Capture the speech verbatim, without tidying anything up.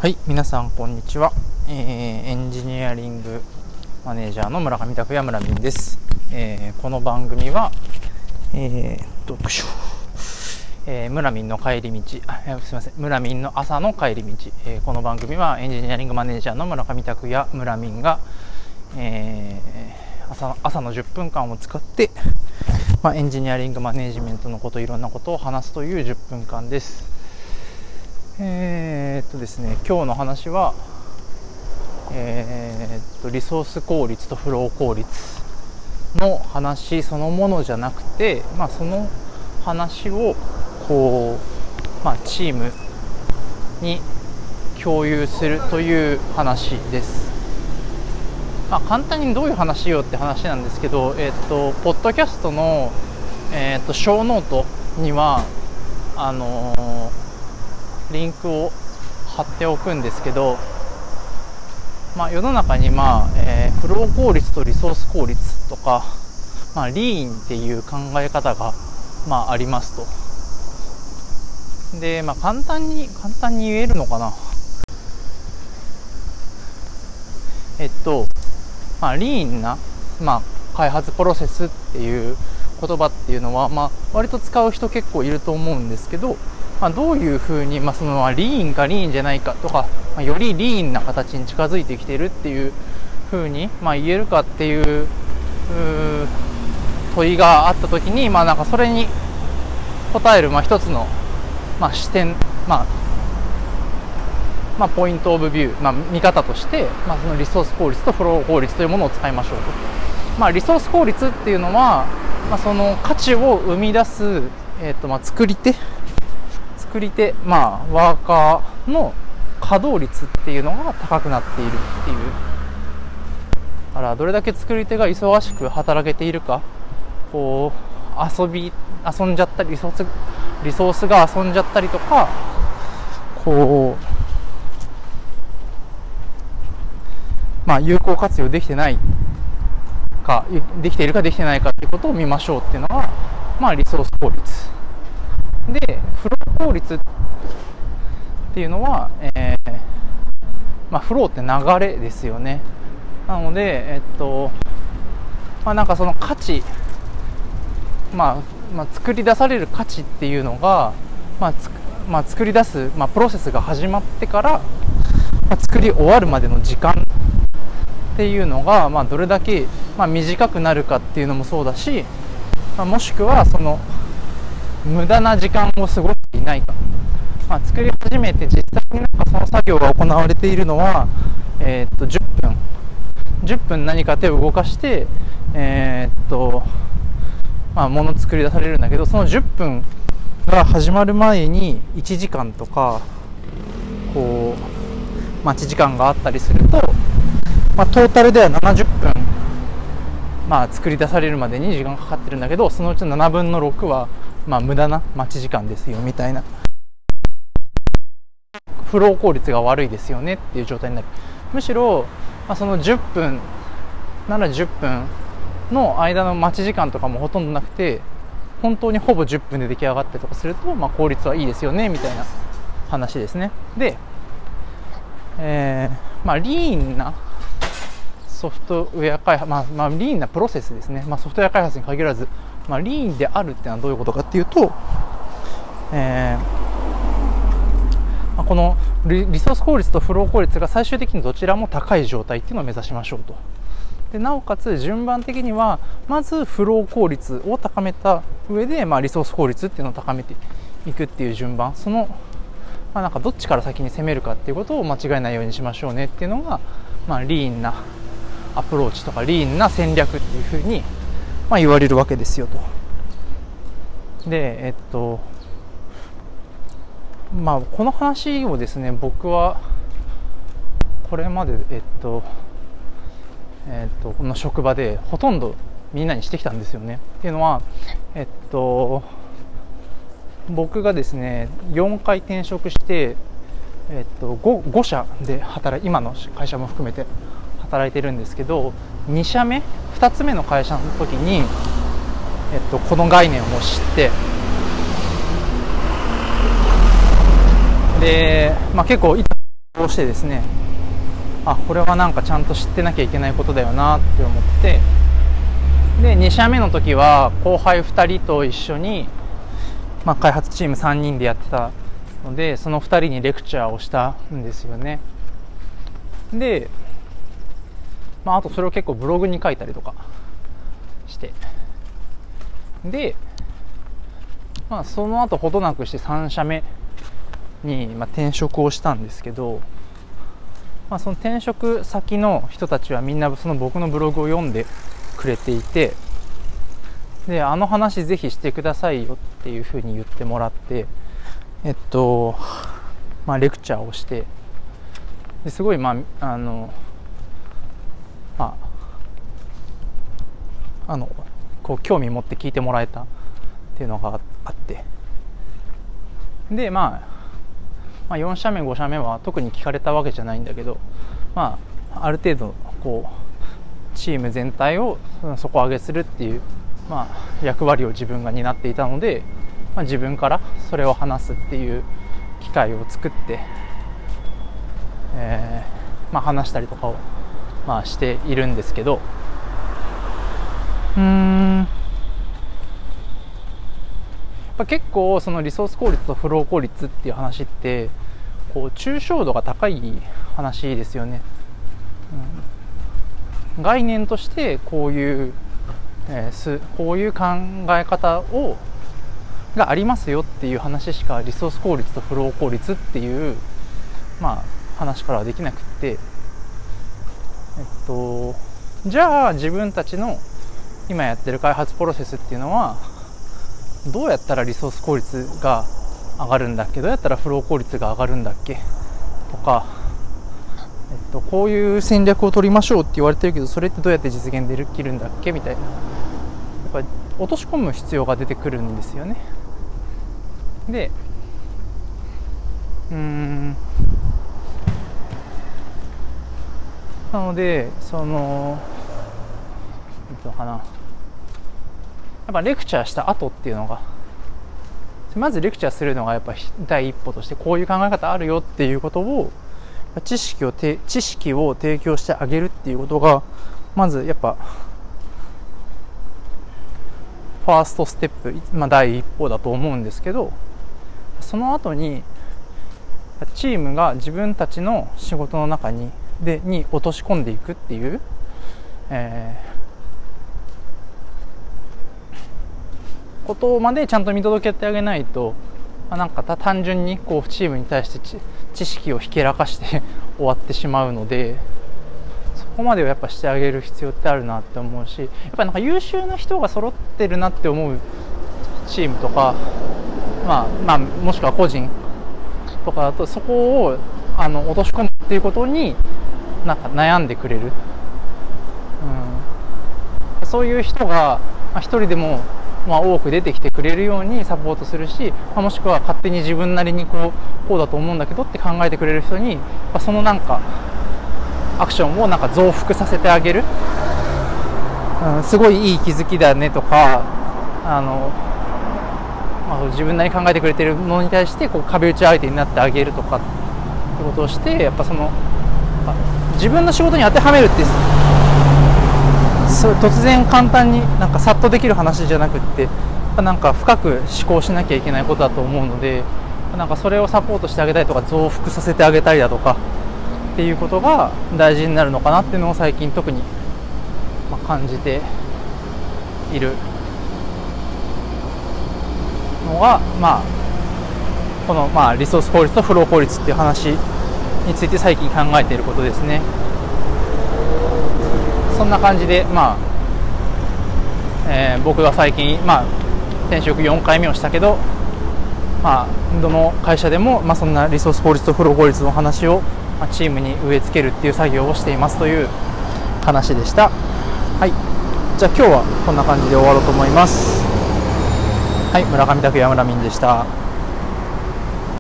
はい、皆さんこんにちは、えー、エンジニアリングマネージャーの村上拓也村民です。えー、この番組は、えー、どうしよう、えー、村民の帰り道あすみません村民の朝の帰り道、えー、この番組はエンジニアリングマネージャーの村上拓也村民が、えー、朝, 朝のじゅっぷんかんを使って、まあ、エンジニアリングマネージメントのこと、いろんなことを話すというじゅっぷんかんです。えーっとですね、今日の話は、えーっとリソース効率とフロー効率の話そのものじゃなくて、まあ、その話をこう、まあ、チームに共有するという話です。まあ、簡単にどういう話よって話なんですけど、えーっとポッドキャストの、えーっとショーノートにはあのーリンクを貼っておくんですけど、まあ、世の中に、まあえー、フロー効率とリソース効率とか、まあ、リーンっていう考え方が、まあ、ありますと。で、まあ、簡単に簡単に言えるのかな。えっと、まあ、リーンな、まあ、開発プロセスっていう言葉っていうのは、まあ、割と使う人結構いると思うんですけど、まあ、どういうふうに、まあ、そのリーンかリーンじゃないかとか、まあ、よりリーンな形に近づいてきているっていうふうに、まあ、言えるかっていう、う問いがあったときに、まあ、なんかそれに答える、まあ、一つの、まあ、視点、まあまあ、ポイントオブビュー、まあ、見方として、まあ、そのリソース効率とフロー効率というものを使いましょうと。まあ、リソース効率っていうのは、まあ、その価値を生み出す、えーとまあ、作り手作り手、まあ、ワーカーの稼働率っていうのが高くなっているっていう。だからどれだけ作り手が忙しく働けているか、こう遊び遊んじゃったり、リソースリソースが遊んじゃったりとか、こうまあ有効活用できてないか、できているかできてないかっていうことを見ましょうっていうのが、まあリソース効率で、フロー効率っていうのは、えーまあ、フローって流れですよね。なので、えっとまあ、なんかその価値、まあまあ、作り出される価値っていうのが、まあつまあ、作り出す、まあ、プロセスが始まってから、まあ、作り終わるまでの時間っていうのが、まあ、どれだけ、まあ、短くなるかっていうのもそうだし、まあ、もしくはその無駄な時間を過ごしていないか、まあ、作り始めて実際になんかその作業が行われているのは、えー、っとじゅっぷんじゅっぷん何か手を動かして、えー、っとまあ物作り出されるんだけど、そのじゅっぷんが始まる前にいちじかんとかこう待ち時間があったりすると、まあ、トータルではななじゅっぷん、まあ、作り出されるまでに時間かかってるんだけど、そのうちのななぶんのろくはまあ無駄な待ち時間ですよみたいな、フロー効率が悪いですよねっていう状態になる。むしろ、まあ、そのじゅっぷんならじゅっぷんの間の待ち時間とかもほとんどなくて、本当にほぼじゅっぷんで出来上がったりとかすると、まあ、効率はいいですよねみたいな話ですね。で、えーまあ、リーンなソフトウェア開発、まあまあ、リーンなプロセスですね。まあ、ソフトウェア開発に限らず、まあ、リーンであるっていうのはどういうことかっていうと、えー、このリソース効率とフロー効率が最終的にどちらも高い状態っていうのを目指しましょうと。でなおかつ順番的にはまずフロー効率を高めた上で、まあ、リソース効率っていうのを高めていくっていう順番、その、まあ、なんかどっちから先に攻めるかっていうことを間違えないようにしましょうねっていうのが、まあ、リーンなアプローチとかリーンな戦略っていうふうに、まあ、言われるわけですよと。でえっとまあこの話をですね、僕はこれまでえっとえっとこの職場でほとんどみんなにしてきたんですよね。っていうのは、えっと僕がですねよんかい転職して、えっと 5, 5社で働い今の会社も含めて働いてるんですけど、に社目ふたつめの会社の時に、えっと、この概念を知って、で、まあ、結構をしてですね、あ、これはなんかちゃんと知ってなきゃいけないことだよなって思って、でに社目の時は後輩ふたりと一緒に、まあ、開発チームさんにんでやってたので、そのふたりにレクチャーをしたんですよね。で、まあ、あとそれを結構ブログに書いたりとかして、で、まあ、その後ほどなくしてさん社目に、まあ、転職をしたんですけど、まあ、その転職先の人たちはみんなその僕のブログを読んでくれていて、であの話ぜひしてくださいよっていうふうに言ってもらって、えっとまあレクチャーをして、ですごいまああのまああのこう興味持って聞いてもらえたっていうのがあって、でまあまあ、よん社目ご社目は特に聞かれたわけじゃないんだけど、まあ、ある程度こうチーム全体を底上げするっていう、まあ、役割を自分が担っていたので、まあ、自分からそれを話すっていう機会を作って、えーまあ、話したりとかを、まあ、しているんですけど、うーんやっぱ結構そのリソース効率とフロー効率っていう話ってこう抽象度が高い話ですよね、うん、概念としてこういう、えー、すこういう考え方をがありますよっていう話しかリソース効率とフロー効率っていう、まあ、話からはできなくって、えっと、じゃあ自分たちの今やってる開発プロセスっていうのはどうやったらリソース効率が上がるんだっけ、どうやったらフロー効率が上がるんだっけとか、えっと、こういう戦略を取りましょうって言われてるけど、それってどうやって実現できるんだっけみたいな、やっぱり落とし込む必要が出てくるんですよね。で、うーんなのでその何ていうのかな、やっぱレクチャーした後っていうのが、まずレクチャーするのがやっぱ第一歩として、こういう考え方あるよっていうことを知識をて知識を提供してあげるっていうことがまずやっぱファーストステップ、まあ、第一歩だと思うんですけど、その後にチームが自分たちの仕事の中にでに落とし込んでいくっていう、えー、ことまでちゃんと見届けてあげないと、なんか単純にこうチームに対して知知識をひけらかして終わってしまうので、そこまでをやっぱしてあげる必要ってあるなって思うし、やっぱりなんか優秀な人が揃ってるなって思うチームとか、まあまあもしくは個人とかだと、そこをあの落とし込むっていうことになんか悩んでくれる、うん、そういう人が一人でもまあ多く出てきてくれるようにサポートするし、まあ、もしくは勝手に自分なりにこうこうだと思うんだけどって考えてくれる人に、まあ、そのなんかアクションをなんか増幅させてあげる、うん、すごいいい気づきだねとか、あの、まあ、自分なりに考えてくれてるものに対してこう壁打ち相手になってあげるとかってことをして、やっぱその自分の仕事に当てはめるってそう突然簡単になんかさっとできる話じゃなくって、なんか深く思考しなきゃいけないことだと思うので、なんかそれをサポートしてあげたりとか増幅させてあげたりだとかっていうことが大事になるのかなっていうのを最近特にまあ感じているのが、まあこのまあリソース効率とフロー効率っていう話について最近考えていることですね。そんな感じで、まあえー、僕が最近、まあ、転職よんかいめをしたけど、まあ、どの会社でも、まあ、そんなリソース効率とフロー効率の話を、まあ、チームに植え付けるっていう作業をしていますという話でした。はい、じゃあ今日はこんな感じで終わろうと思います。はい、村上拓也村民でした。